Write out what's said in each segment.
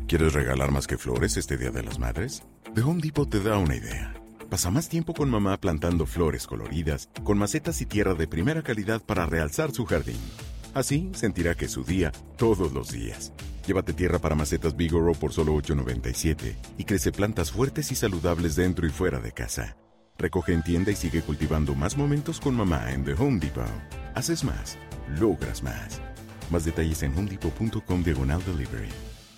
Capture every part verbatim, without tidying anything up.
¿Quieres regalar más que flores este Día de las Madres? The Home Depot te da una idea. Pasa más tiempo con mamá plantando flores coloridas, con macetas y tierra de primera calidad para realzar su jardín. Así sentirá que es su día todos los días. Llévate tierra para macetas Vigoro por solo ocho noventa y siete y crece plantas fuertes y saludables dentro y fuera de casa. Recoge en tienda y sigue cultivando más momentos con mamá en The Home Depot. Haces más, logras más. Más detalles en homedepot.com diagonal delivery.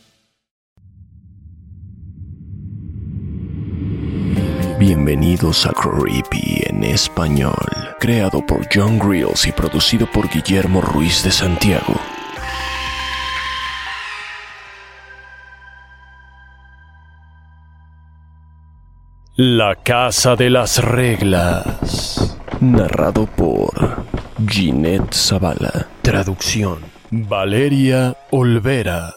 Bienvenidos a Creepy en español, creado por John Grills y producido por Guillermo Ruiz de Santiago. La Casa de las Reglas, narrado por Ginette Zavala. Traducción: Valeria Olvera.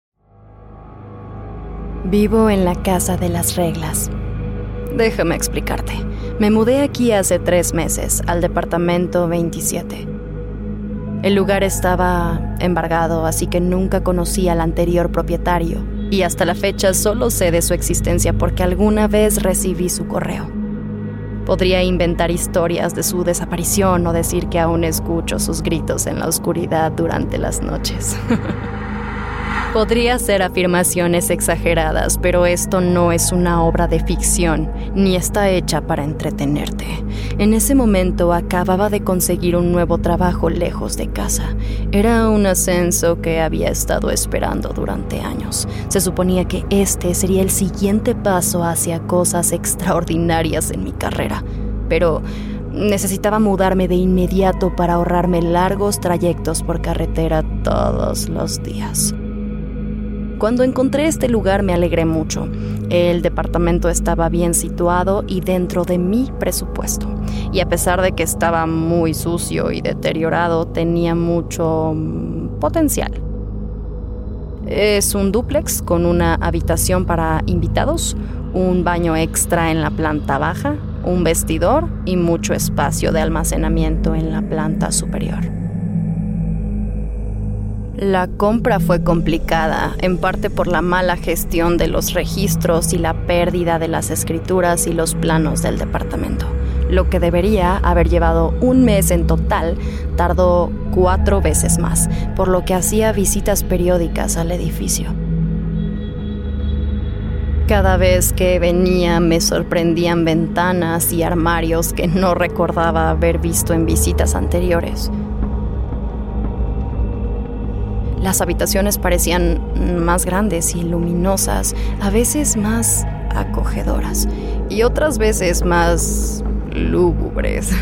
Vivo en la Casa de las Reglas. Déjame explicarte. Me mudé aquí hace tres meses, al departamento veintisiete. El lugar estaba embargado, así que nunca conocí al anterior propietario, y hasta la fecha solo sé de su existencia porque alguna vez recibí su correo. Podría inventar historias de su desaparición o decir que aún escucho sus gritos en la oscuridad durante las noches. Podría hacer afirmaciones exageradas, pero esto no es una obra de ficción, ni está hecha para entretenerte. En ese momento acababa de conseguir un nuevo trabajo lejos de casa. Era un ascenso que había estado esperando durante años. Se suponía que este sería el siguiente paso hacia cosas extraordinarias en mi carrera. Pero necesitaba mudarme de inmediato para ahorrarme largos trayectos por carretera todos los días. Cuando encontré este lugar me alegré mucho. El departamento estaba bien situado y dentro de mi presupuesto. Y a pesar de que estaba muy sucio y deteriorado, tenía mucho potencial. Es un dúplex con una habitación para invitados, un baño extra en la planta baja, un vestidor y mucho espacio de almacenamiento en la planta superior. La compra fue complicada, en parte por la mala gestión de los registros y la pérdida de las escrituras y los planos del departamento. Lo que debería haber llevado un mes en total, tardó cuatro veces más, por lo que hacía visitas periódicas al edificio. Cada vez que venía me sorprendían ventanas y armarios que no recordaba haber visto en visitas anteriores. Las habitaciones parecían más grandes y luminosas, a veces más acogedoras y otras veces más lúgubres.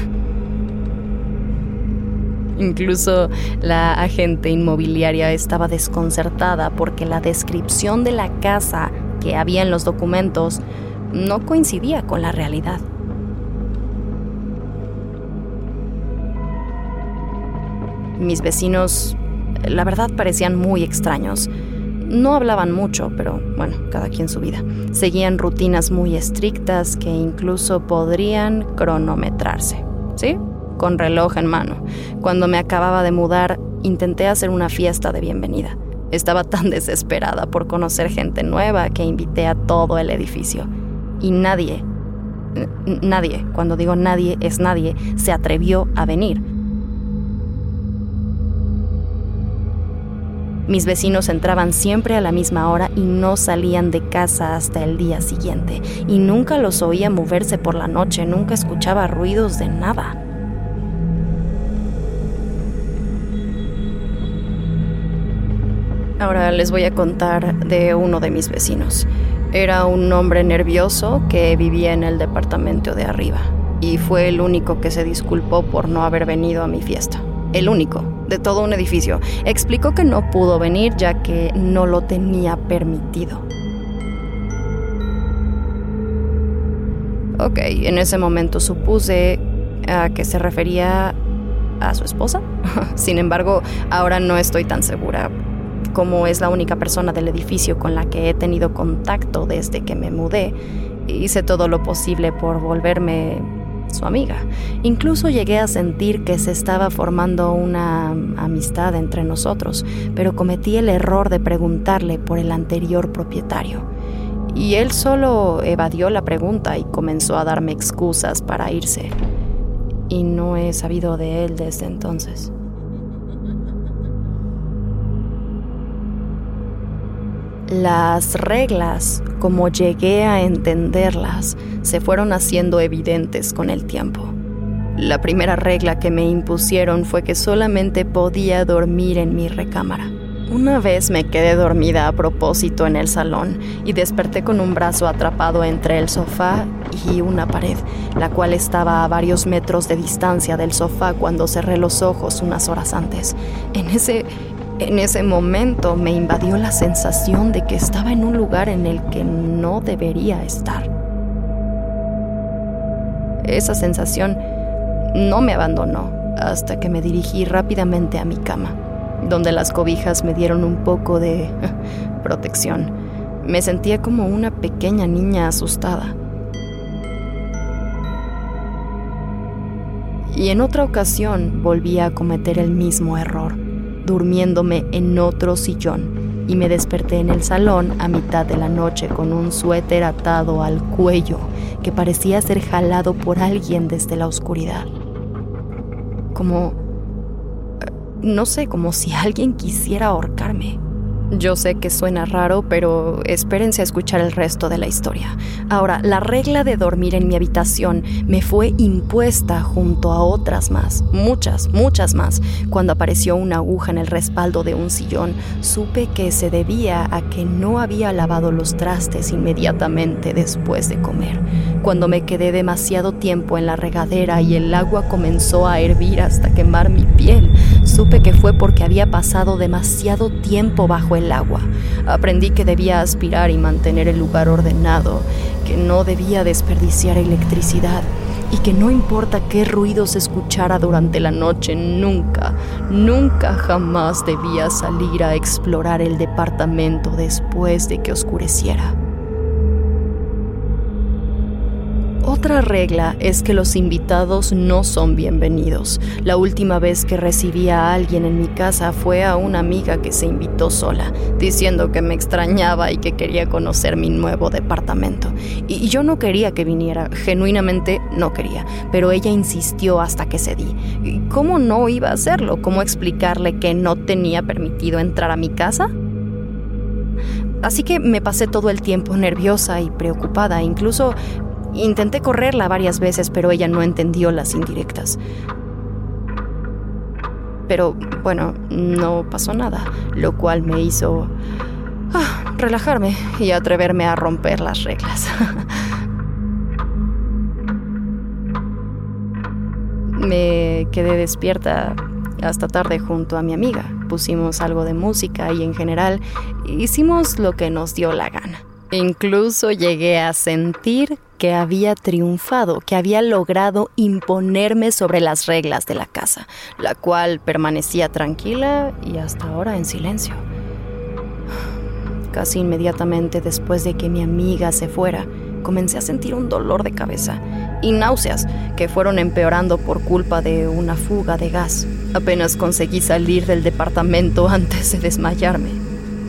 Incluso la agente inmobiliaria estaba desconcertada porque la descripción de la casa que había en los documentos no coincidía con la realidad. Mis vecinos, la verdad, parecían muy extraños. No hablaban mucho, pero bueno, cada quien su vida. Seguían rutinas muy estrictas que incluso podrían cronometrarse, ¿sí? Con reloj en mano. Cuando me acababa de mudar, intenté hacer una fiesta de bienvenida. Estaba tan desesperada por conocer gente nueva que invité a todo el edificio. Y nadie, n- nadie, cuando digo nadie es nadie, se atrevió a venir. Mis vecinos entraban siempre a la misma hora y no salían de casa hasta el día siguiente. Y nunca los oía moverse por la noche, nunca escuchaba ruidos de nada. Ahora les voy a contar de uno de mis vecinos. Era un hombre nervioso que vivía en el departamento de arriba. Y fue el único que se disculpó por no haber venido a mi fiesta. El único, de todo un edificio. Explicó que no pudo venir ya que no lo tenía permitido. Ok, en ese momento supuse a que se refería a su esposa. Sin embargo, ahora no estoy tan segura. Como es la única persona del edificio con la que he tenido contacto desde que me mudé, hice todo lo posible por volverme su amiga. Incluso llegué a sentir que se estaba formando una amistad entre nosotros, pero cometí el error de preguntarle por el anterior propietario. Y él solo evadió la pregunta y comenzó a darme excusas para irse. Y no he sabido de él desde entonces. Las reglas, como llegué a entenderlas, se fueron haciendo evidentes con el tiempo. La primera regla que me impusieron fue que solamente podía dormir en mi recámara. Una vez me quedé dormida a propósito en el salón y desperté con un brazo atrapado entre el sofá y una pared, la cual estaba a varios metros de distancia del sofá cuando cerré los ojos unas horas antes. En ese... En ese momento me invadió la sensación de que estaba en un lugar en el que no debería estar. Esa sensación no me abandonó hasta que me dirigí rápidamente a mi cama, donde las cobijas me dieron un poco de protección. Me sentía como una pequeña niña asustada. Y en otra ocasión volví a cometer el mismo error, durmiéndome en otro sillón, y me desperté en el salón a mitad de la noche con un suéter atado al cuello que parecía ser jalado por alguien desde la oscuridad. Como... no sé, como si alguien quisiera ahorcarme. Yo sé que suena raro, pero espérense a escuchar el resto de la historia. Ahora, la regla de dormir en mi habitación me fue impuesta junto a otras más, muchas, muchas más. Cuando apareció una aguja en el respaldo de un sillón, supe que se debía a que no había lavado los trastes inmediatamente después de comer. Cuando me quedé demasiado tiempo en la regadera y el agua comenzó a hervir hasta quemar mi piel, supe que fue porque había pasado demasiado tiempo bajo el agua. Aprendí que debía aspirar y mantener el lugar ordenado, que no debía desperdiciar electricidad y que no importa qué ruido se escuchara durante la noche, nunca, nunca jamás debía salir a explorar el departamento después de que oscureciera. Otra regla es que los invitados no son bienvenidos. La última vez que recibí a alguien en mi casa fue a una amiga que se invitó sola, diciendo que me extrañaba y que quería conocer mi nuevo departamento. Y yo no quería que viniera, genuinamente no quería, pero ella insistió hasta que cedí. ¿Cómo no iba a hacerlo? ¿Cómo explicarle que no tenía permitido entrar a mi casa? Así que me pasé todo el tiempo nerviosa y preocupada, incluso... intenté correrla varias veces, pero ella no entendió las indirectas. Pero, bueno, no pasó nada, lo cual me hizo ah, relajarme y atreverme a romper las reglas. Me quedé despierta hasta tarde junto a mi amiga. Pusimos algo de música y, en general, hicimos lo que nos dio la gana. Incluso llegué a sentir que había triunfado, que había logrado imponerme sobre las reglas de la casa, la cual permanecía tranquila y hasta ahora en silencio. Casi inmediatamente después de que mi amiga se fuera, comencé a sentir un dolor de cabeza y náuseas que fueron empeorando por culpa de una fuga de gas. Apenas conseguí salir del departamento antes de desmayarme.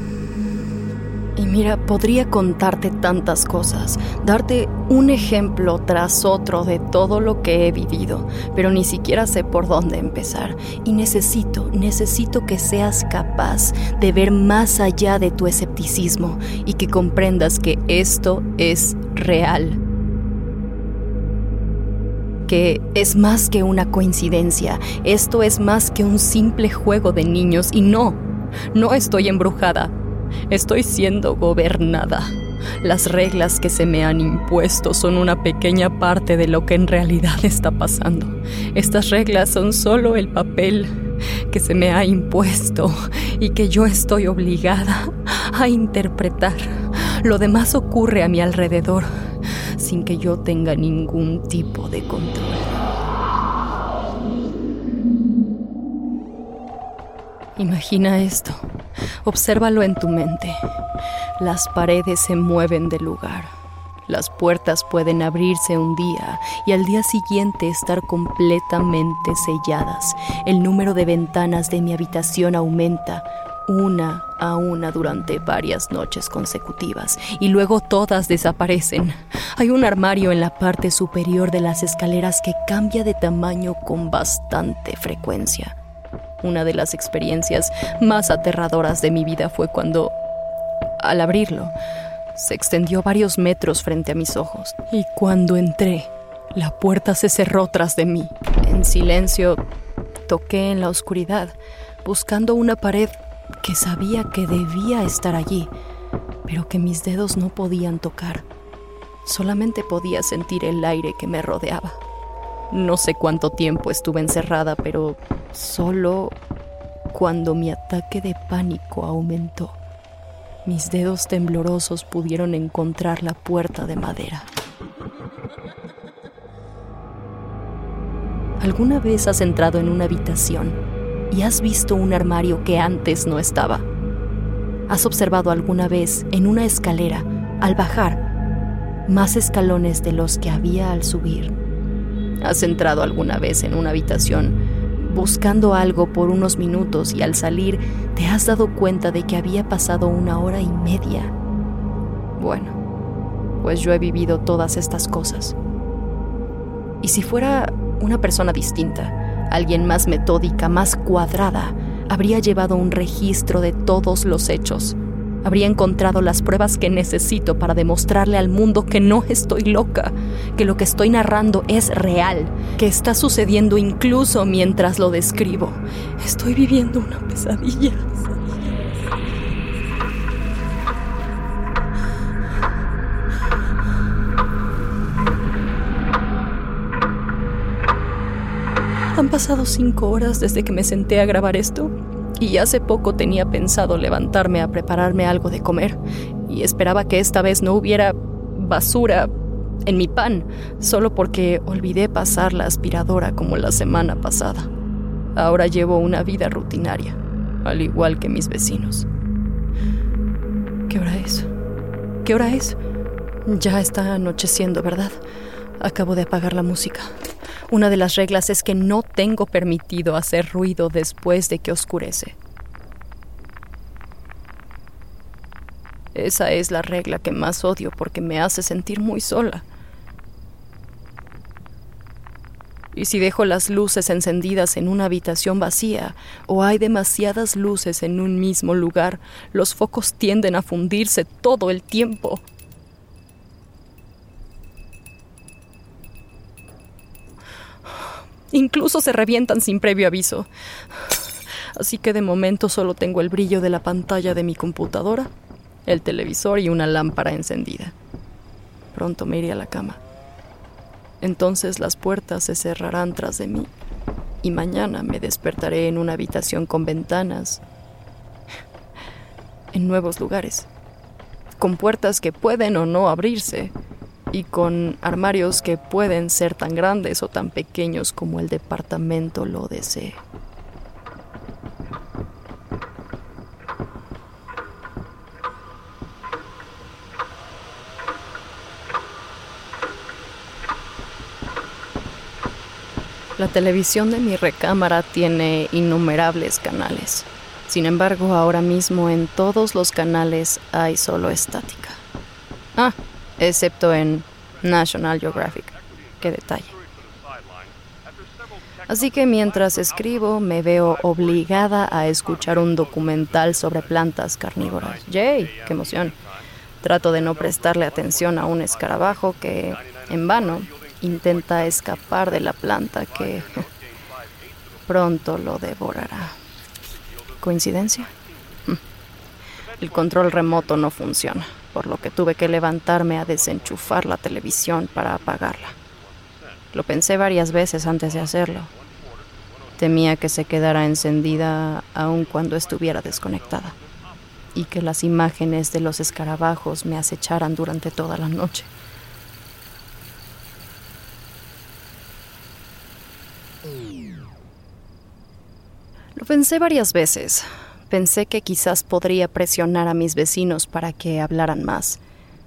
Y mira, podría contarte tantas cosas, darte un ejemplo tras otro de todo lo que he vivido, pero ni siquiera sé por dónde empezar. Y necesito, necesito que seas capaz de ver más allá de tu escepticismo y que comprendas que esto es real. Que es más que una coincidencia, esto es más que un simple juego de niños y no, no estoy embrujada. Estoy siendo gobernada. Las reglas que se me han impuesto son una pequeña parte de lo que en realidad está pasando. Estas reglas son solo el papel que se me ha impuesto y que yo estoy obligada a interpretar. Lo demás ocurre a mi alrededor sin que yo tenga ningún tipo de control. Imagina esto. Obsérvalo en tu mente. Las paredes se mueven de lugar. Las puertas pueden abrirse un día y al día siguiente estar completamente selladas. El número de ventanas de mi habitación aumenta una a una durante varias noches consecutivas y luego todas desaparecen. Hay un armario en la parte superior de las escaleras que cambia de tamaño con bastante frecuencia. Una de las experiencias más aterradoras de mi vida fue cuando, al abrirlo, se extendió varios metros frente a mis ojos y cuando entré, la puerta se cerró tras de mí. En silencio, toqué en la oscuridad, buscando una pared que sabía que debía estar allí, pero que mis dedos no podían tocar. Solamente podía sentir el aire que me rodeaba. No sé cuánto tiempo estuve encerrada, pero solo cuando mi ataque de pánico aumentó, mis dedos temblorosos pudieron encontrar la puerta de madera. ¿Alguna vez has entrado en una habitación y has visto un armario que antes no estaba? ¿Has observado alguna vez en una escalera, al bajar, más escalones de los que había al subir? ¿Has entrado alguna vez en una habitación buscando algo por unos minutos y al salir te has dado cuenta de que había pasado una hora y media? Bueno, pues yo he vivido todas estas cosas. Y si fuera una persona distinta, alguien más metódica, más cuadrada, habría llevado un registro de todos los hechos. Habría encontrado las pruebas que necesito para demostrarle al mundo que no estoy loca, que lo que estoy narrando es real, que está sucediendo incluso mientras lo describo. Estoy viviendo una pesadilla. Han pasado cinco horas desde que me senté a grabar esto. Y hace poco tenía pensado levantarme a prepararme algo de comer y esperaba que esta vez no hubiera basura en mi pan, solo porque olvidé pasar la aspiradora como la semana pasada. Ahora llevo una vida rutinaria, al igual que mis vecinos. ¿Qué hora es? ¿Qué hora es? Ya está anocheciendo, ¿verdad? Acabo de apagar la música. Una de las reglas es que no tengo permitido hacer ruido después de que oscurece. Esa es la regla que más odio porque me hace sentir muy sola. Y si dejo las luces encendidas en una habitación vacía o hay demasiadas luces en un mismo lugar, los focos tienden a fundirse todo el tiempo. Incluso se revientan sin previo aviso. Así que de momento solo tengo el brillo de la pantalla de mi computadora, el televisor y una lámpara encendida. Pronto me iré a la cama. Entonces las puertas se cerrarán tras de mí y mañana me despertaré en una habitación con ventanas, en nuevos lugares, con puertas que pueden o no abrirse, y con armarios que pueden ser tan grandes o tan pequeños como el departamento lo desee. La televisión de mi recámara tiene innumerables canales. Sin embargo, ahora mismo en todos los canales hay solo estática. Ah, excepto en National Geographic. ¡Qué detalle! Así que mientras escribo, me veo obligada a escuchar un documental sobre plantas carnívoras. ¡Yay! ¡Qué emoción! Trato de no prestarle atención a un escarabajo que, en vano, intenta escapar de la planta que pronto lo devorará. ¿Coincidencia? El control remoto no funciona, por lo que tuve que levantarme a desenchufar la televisión para apagarla. Lo pensé varias veces antes de hacerlo. Temía que se quedara encendida aun cuando estuviera desconectada, y que las imágenes de los escarabajos me acecharan durante toda la noche. Lo pensé varias veces. Pensé que quizás podría presionar a mis vecinos para que hablaran más,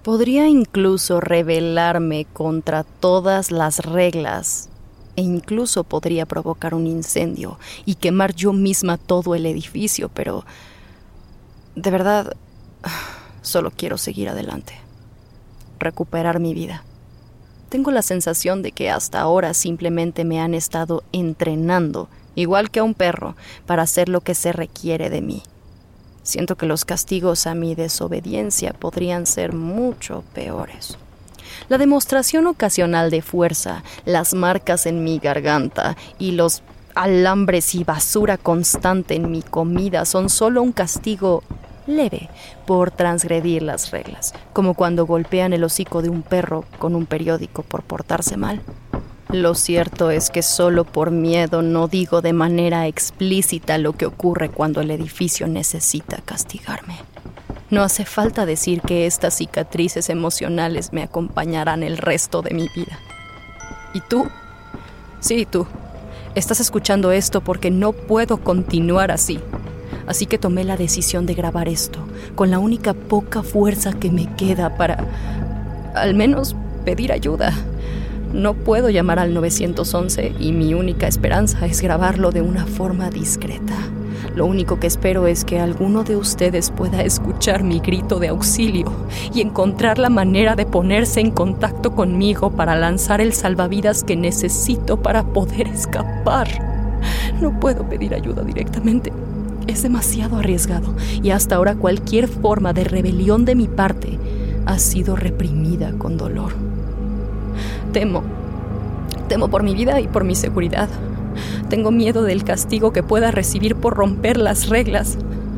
Podría incluso rebelarme contra todas las reglas e incluso podría provocar un incendio y quemar yo misma todo el edificio, pero de verdad solo quiero seguir adelante, recuperar mi vida. Tengo la sensación de que hasta ahora simplemente me han estado entrenando, igual que a un perro, para hacer lo que se requiere de mí. Siento que los castigos a mi desobediencia podrían ser mucho peores. La demostración ocasional de fuerza, las marcas en mi garganta y los alambres y basura constante en mi comida son solo un castigo leve por transgredir las reglas, como cuando golpean el hocico de un perro con un periódico por portarse mal. Lo cierto es que solo por miedo no digo de manera explícita lo que ocurre cuando el edificio necesita castigarme. No hace falta decir que estas cicatrices emocionales me acompañarán el resto de mi vida. ¿Y tú? Sí, tú. Estás escuchando esto porque no puedo continuar así. Así que tomé la decisión de grabar esto, con la única poca fuerza que me queda para, al menos, pedir ayuda. No puedo llamar al nueve once y mi única esperanza es grabarlo de una forma discreta. Lo único que espero es que alguno de ustedes pueda escuchar mi grito de auxilio y encontrar la manera de ponerse en contacto conmigo para lanzar el salvavidas que necesito para poder escapar. No puedo pedir ayuda directamente. Es demasiado arriesgado y hasta ahora cualquier forma de rebelión de mi parte ha sido reprimida con dolor. Temo, temo por mi vida y por mi seguridad. Tengo miedo del castigo que pueda recibir por romper las reglas.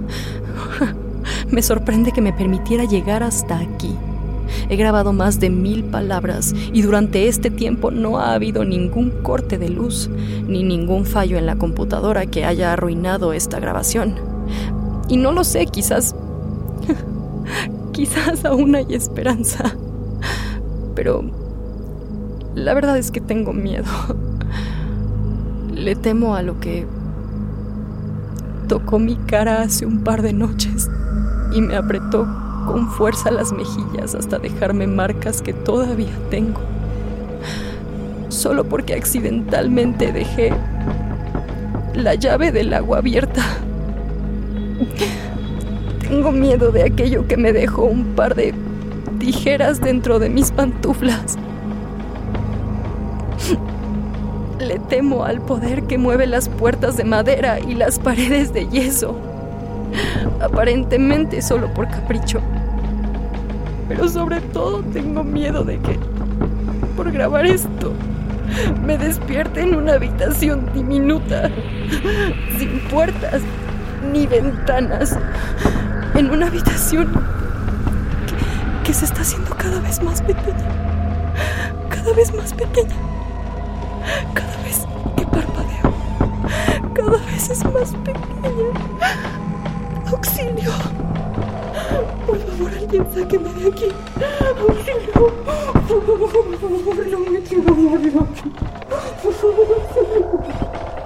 Me sorprende que me permitiera llegar hasta aquí. He grabado más de mil palabras y durante este tiempo no ha habido ningún corte de luz ni ningún fallo en la computadora que haya arruinado esta grabación. Y no lo sé, quizás... quizás aún hay esperanza. Pero la verdad es que tengo miedo. Le temo a lo que tocó mi cara hace un par de noches y me apretó con fuerza las mejillas hasta dejarme marcas que todavía tengo. Solo porque accidentalmente dejé la llave del agua abierta. Tengo miedo de aquello que me dejó un par de tijeras dentro de mis pantuflas. Le temo al poder que mueve las puertas de madera y las paredes de yeso. Aparentemente solo por capricho. Pero sobre todo tengo miedo de que, por grabar esto, me despierte en una habitación diminuta, sin puertas ni ventanas. En una habitación que, que se está haciendo cada vez más pequeña. Cada vez más pequeña. Cada vez que parpadeo, cada vez es más pequeña. ¡Auxilio! Por favor, alguien sáqueme de aquí. ¡Auxilio! Por favor, por favor, no me quiero morir aquí. Por favor, auxilio.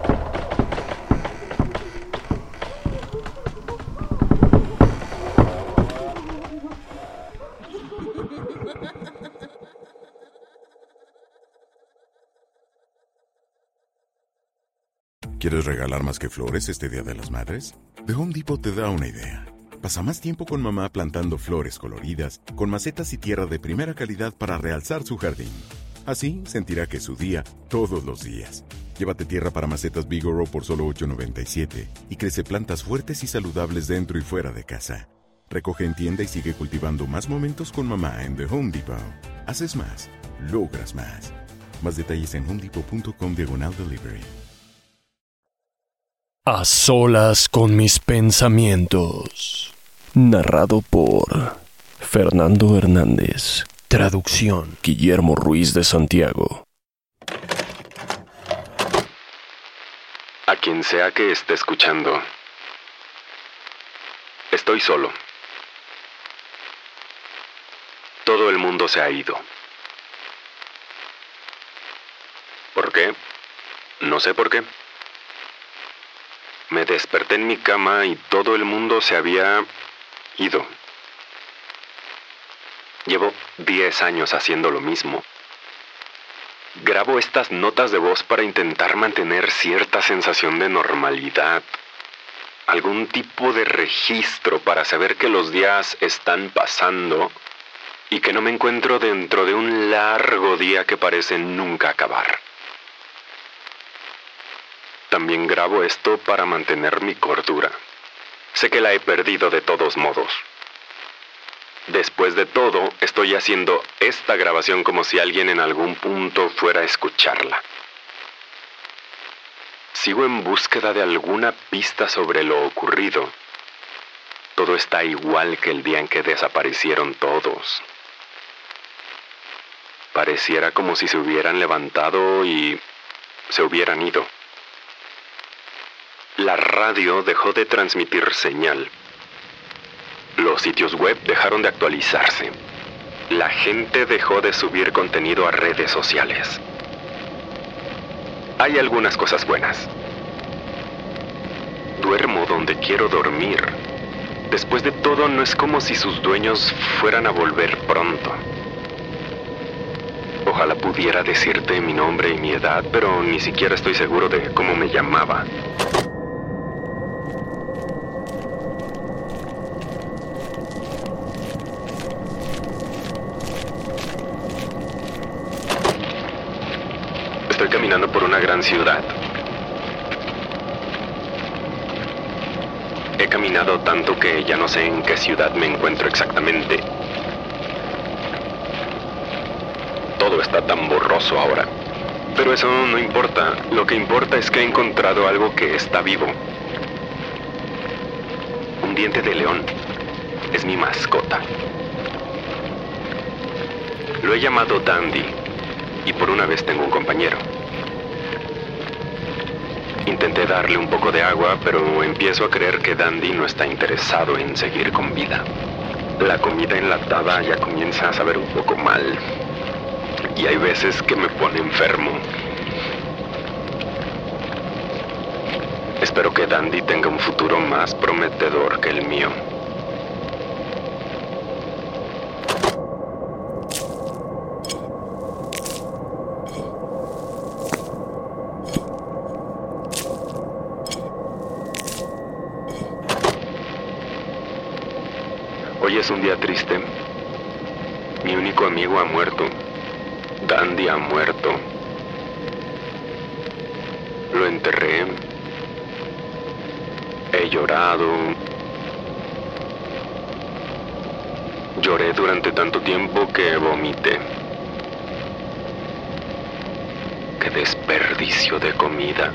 ¿Quieres regalar más que flores este Día de las Madres? The Home Depot te da una idea. Pasa más tiempo con mamá plantando flores coloridas, con macetas y tierra de primera calidad para realzar su jardín. Así sentirá que es su día todos los días. Llévate tierra para macetas Bigoro por solo ocho noventa y siete y crece plantas fuertes y saludables dentro y fuera de casa. Recoge en tienda y sigue cultivando más momentos con mamá en The Home Depot. Haces más, logras más. Más detalles en homedepot.com diagonal delivery. A solas con mis pensamientos. Narrado por Fernando Hernández. Traducción: Guillermo Ruiz de Santiago. A quien sea que esté escuchando, estoy solo. Todo el mundo se ha ido. ¿Por qué? No sé por qué. Me desperté en mi cama y todo el mundo se había ido. Llevo diez años haciendo lo mismo. Grabo estas notas de voz para intentar mantener cierta sensación de normalidad, algún tipo de registro para saber que los días están pasando y que no me encuentro dentro de un largo día que parece nunca acabar. También grabo esto para mantener mi cordura. Sé que la he perdido de todos modos. Después de todo, estoy haciendo esta grabación como si alguien en algún punto fuera a escucharla. Sigo en búsqueda de alguna pista sobre lo ocurrido. Todo está igual que el día en que desaparecieron todos. Pareciera como si se hubieran levantado y se hubieran ido. La radio dejó de transmitir señal. Los sitios web dejaron de actualizarse. La gente dejó de subir contenido a redes sociales. Hay algunas cosas buenas. Duermo donde quiero dormir. Después de todo, no es como si sus dueños fueran a volver pronto. Ojalá pudiera decirte mi nombre y mi edad, pero ni siquiera estoy seguro de cómo me llamaba. Estoy caminando por una gran ciudad. He caminado tanto que ya no sé en qué ciudad me encuentro exactamente. Todo está tan borroso ahora. Pero eso no importa. Lo que importa es que he encontrado algo que está vivo. Un diente de león. Es mi mascota. Lo he llamado Dandy. Y por una vez tengo un compañero. Intenté darle un poco de agua, pero empiezo a creer que Dandy no está interesado en seguir con vida. La comida enlatada ya comienza a saber un poco mal. Y hay veces que me pone enfermo. Espero que Dandy tenga un futuro más prometedor que el mío. Hoy es un día triste. Mi único amigo ha muerto. Dandy ha muerto. Lo enterré. He llorado. Lloré durante tanto tiempo que vomité. Qué desperdicio de comida.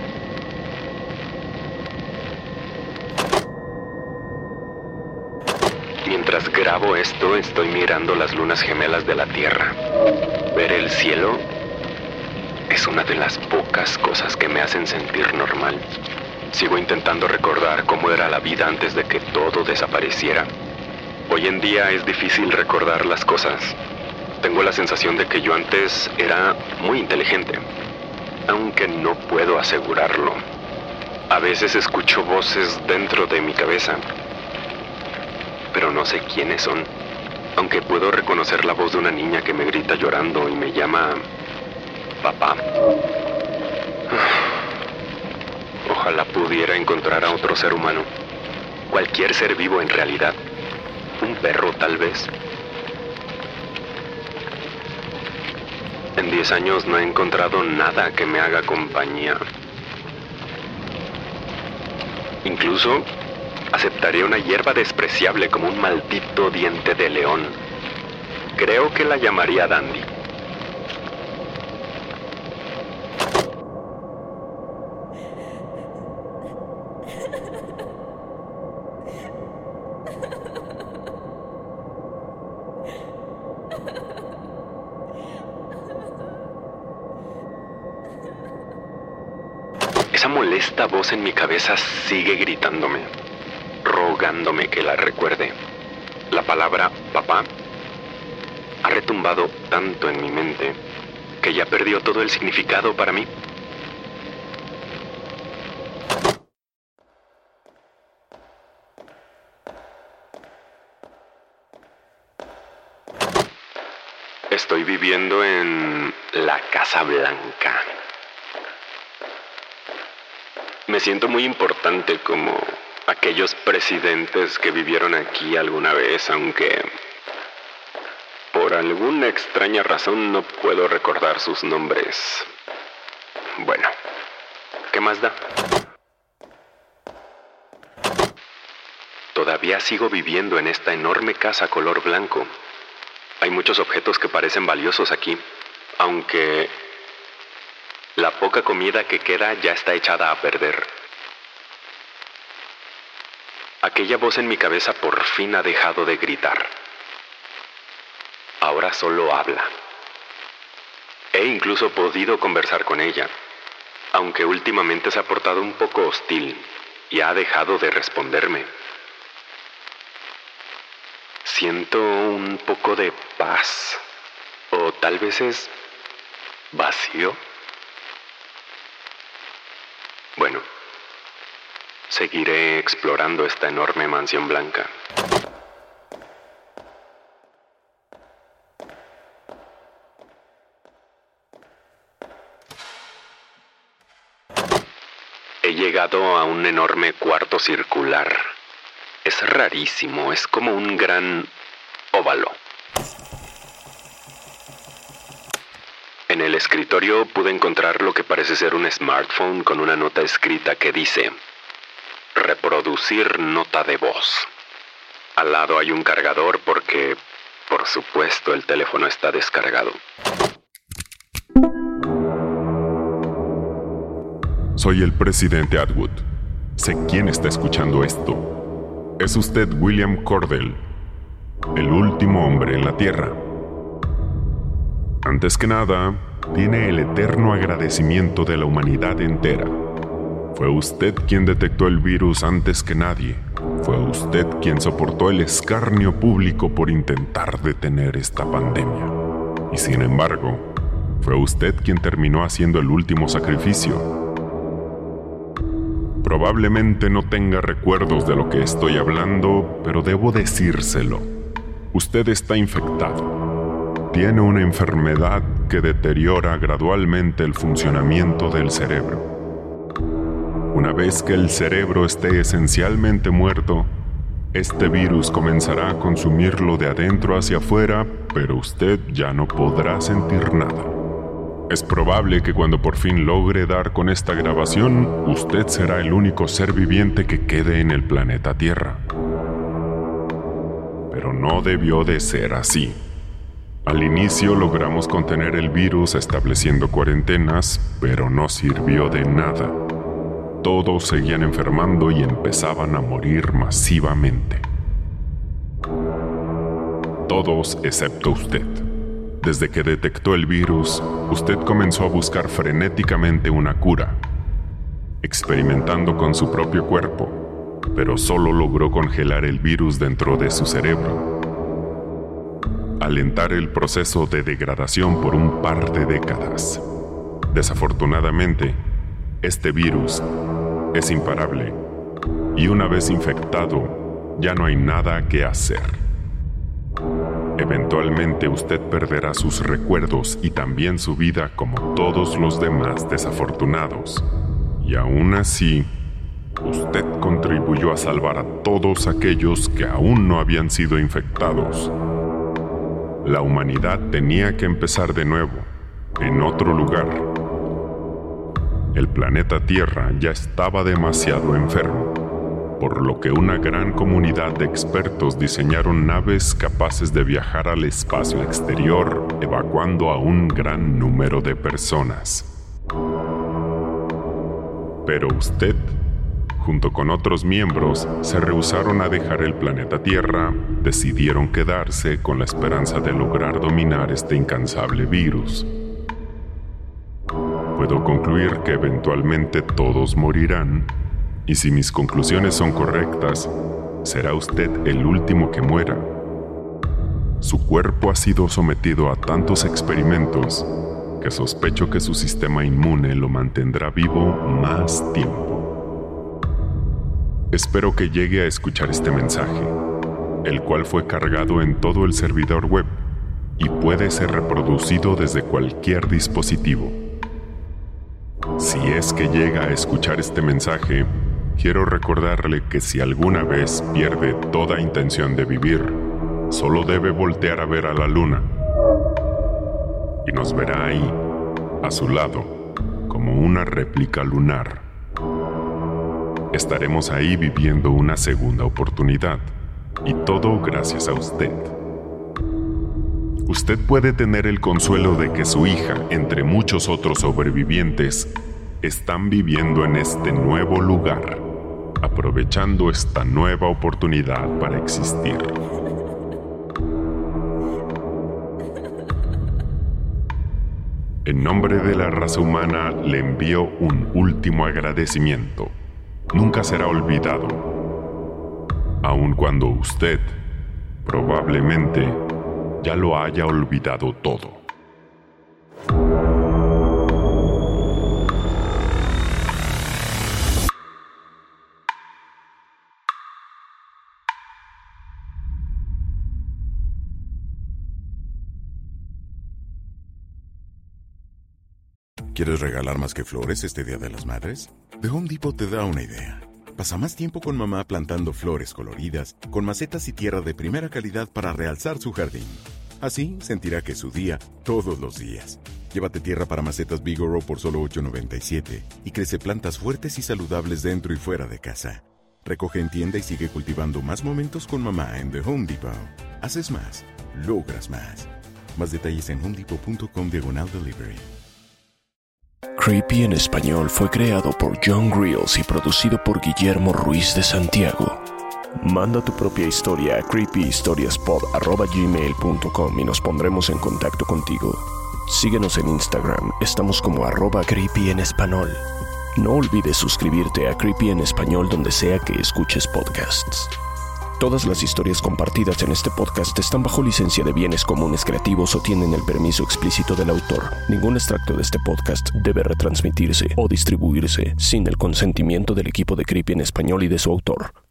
Mientras grabo esto, estoy mirando las lunas gemelas de la Tierra. Ver el cielo es una de las pocas cosas que me hacen sentir normal. Sigo intentando recordar cómo era la vida antes de que todo desapareciera. Hoy en día es difícil recordar las cosas. Tengo la sensación de que yo antes era muy inteligente, aunque no puedo asegurarlo. A veces escucho voces dentro de mi cabeza, pero no sé quiénes son, aunque puedo reconocer la voz de una niña que me grita llorando y me llama papá. Ojalá pudiera encontrar a otro ser humano, cualquier ser vivo en realidad, un perro tal vez. En diez años no he encontrado nada que me haga compañía. Incluso aceptaría una hierba despreciable como un maldito diente de león. Creo que la llamaría Dandy. Esa molesta voz en mi cabeza sigue gritándome, rogándome que la recuerde. La palabra papá ha retumbado tanto en mi mente que ya perdió todo el significado para mí. Estoy viviendo en la Casa Blanca. Me siento muy importante como aquellos presidentes que vivieron aquí alguna vez, aunque por alguna extraña razón no puedo recordar sus nombres. Bueno, ¿qué más da? Todavía sigo viviendo en esta enorme casa color blanco. Hay muchos objetos que parecen valiosos aquí, aunque la poca comida que queda ya está echada a perder. Aquella voz en mi cabeza por fin ha dejado de gritar. Ahora solo habla. He incluso podido conversar con ella, aunque últimamente se ha portado un poco hostil y ha dejado de responderme. Siento un poco de paz, o tal vez es vacío. Bueno, seguiré explorando esta enorme mansión blanca. He llegado a un enorme cuarto circular. Es rarísimo, es como un gran óvalo. En el escritorio pude encontrar lo que parece ser un smartphone con una nota escrita que dice: reproducir nota de voz. Al lado hay un cargador porque, por supuesto, el teléfono está descargado. Soy el presidente Atwood. Sé quién está escuchando esto. Es usted William Cordell, el último hombre en la Tierra. Antes que nada, tiene el eterno agradecimiento de la humanidad entera. Fue usted quien detectó el virus antes que nadie. Fue usted quien soportó el escarnio público por intentar detener esta pandemia. Y sin embargo, fue usted quien terminó haciendo el último sacrificio. Probablemente no tenga recuerdos de lo que estoy hablando, pero debo decírselo. Usted está infectado. Tiene una enfermedad que deteriora gradualmente el funcionamiento del cerebro. Una vez que el cerebro esté esencialmente muerto, este virus comenzará a consumirlo de adentro hacia afuera, pero usted ya no podrá sentir nada. Es probable que cuando por fin logre dar con esta grabación, usted será el único ser viviente que quede en el planeta Tierra. Pero no debió de ser así. Al inicio logramos contener el virus estableciendo cuarentenas, pero no sirvió de nada. Todos seguían enfermando y empezaban a morir masivamente. Todos excepto usted. Desde que detectó el virus, usted comenzó a buscar frenéticamente una cura, experimentando con su propio cuerpo, pero solo logró congelar el virus dentro de su cerebro, alentar el proceso de degradación por un par de décadas. Desafortunadamente, este virus es imparable, y una vez infectado, ya no hay nada que hacer. Eventualmente usted perderá sus recuerdos y también su vida como todos los demás desafortunados. Y aún así, usted contribuyó a salvar a todos aquellos que aún no habían sido infectados. La humanidad tenía que empezar de nuevo, en otro lugar. El planeta Tierra ya estaba demasiado enfermo, por lo que una gran comunidad de expertos diseñaron naves capaces de viajar al espacio exterior, evacuando a un gran número de personas. Pero usted, junto con otros miembros, se rehusaron a dejar el planeta Tierra, decidieron quedarse con la esperanza de lograr dominar este incansable virus. Puedo concluir que eventualmente todos morirán, y si mis conclusiones son correctas, será usted el último que muera. Su cuerpo ha sido sometido a tantos experimentos que sospecho que su sistema inmune lo mantendrá vivo más tiempo. Espero que llegue a escuchar este mensaje, el cual fue cargado en todo el servidor web, y puede ser reproducido desde cualquier dispositivo. Si es que llega a escuchar este mensaje, quiero recordarle que si alguna vez pierde toda intención de vivir, solo debe voltear a ver a la luna y nos verá ahí, a su lado, como una réplica lunar. Estaremos ahí viviendo una segunda oportunidad, y todo gracias a usted. Usted puede tener el consuelo de que su hija, entre muchos otros sobrevivientes, están viviendo en este nuevo lugar, aprovechando esta nueva oportunidad para existir. En nombre de la raza humana le envío un último agradecimiento. Nunca será olvidado, aun cuando usted probablemente ya lo haya olvidado todo. ¿Quieres regalar más que flores este Día de las Madres? The Home Depot te da una idea. Pasa más tiempo con mamá plantando flores coloridas, con macetas y tierra de primera calidad para realzar su jardín. Así sentirá que es su día todos los días. Llévate tierra para macetas Bigoro por solo ocho noventa y siete y crece plantas fuertes y saludables dentro y fuera de casa. Recoge en tienda y sigue cultivando más momentos con mamá en The Home Depot. Haces más, logras más. Más detalles en homedepot.com diagonal delivery. Creepy en español fue creado por John Grills y producido por Guillermo Ruiz de Santiago. Manda tu propia historia a creepy historias pod arroba gmail punto com y nos pondremos en contacto contigo. Síguenos en Instagram, estamos como arroba creepy en español. No olvides suscribirte a Creepy en español donde sea que escuches podcasts. Todas las historias compartidas en este podcast están bajo licencia de bienes comunes creativos o tienen el permiso explícito del autor. Ningún extracto de este podcast debe retransmitirse o distribuirse sin el consentimiento del equipo de Creepy en español y de su autor.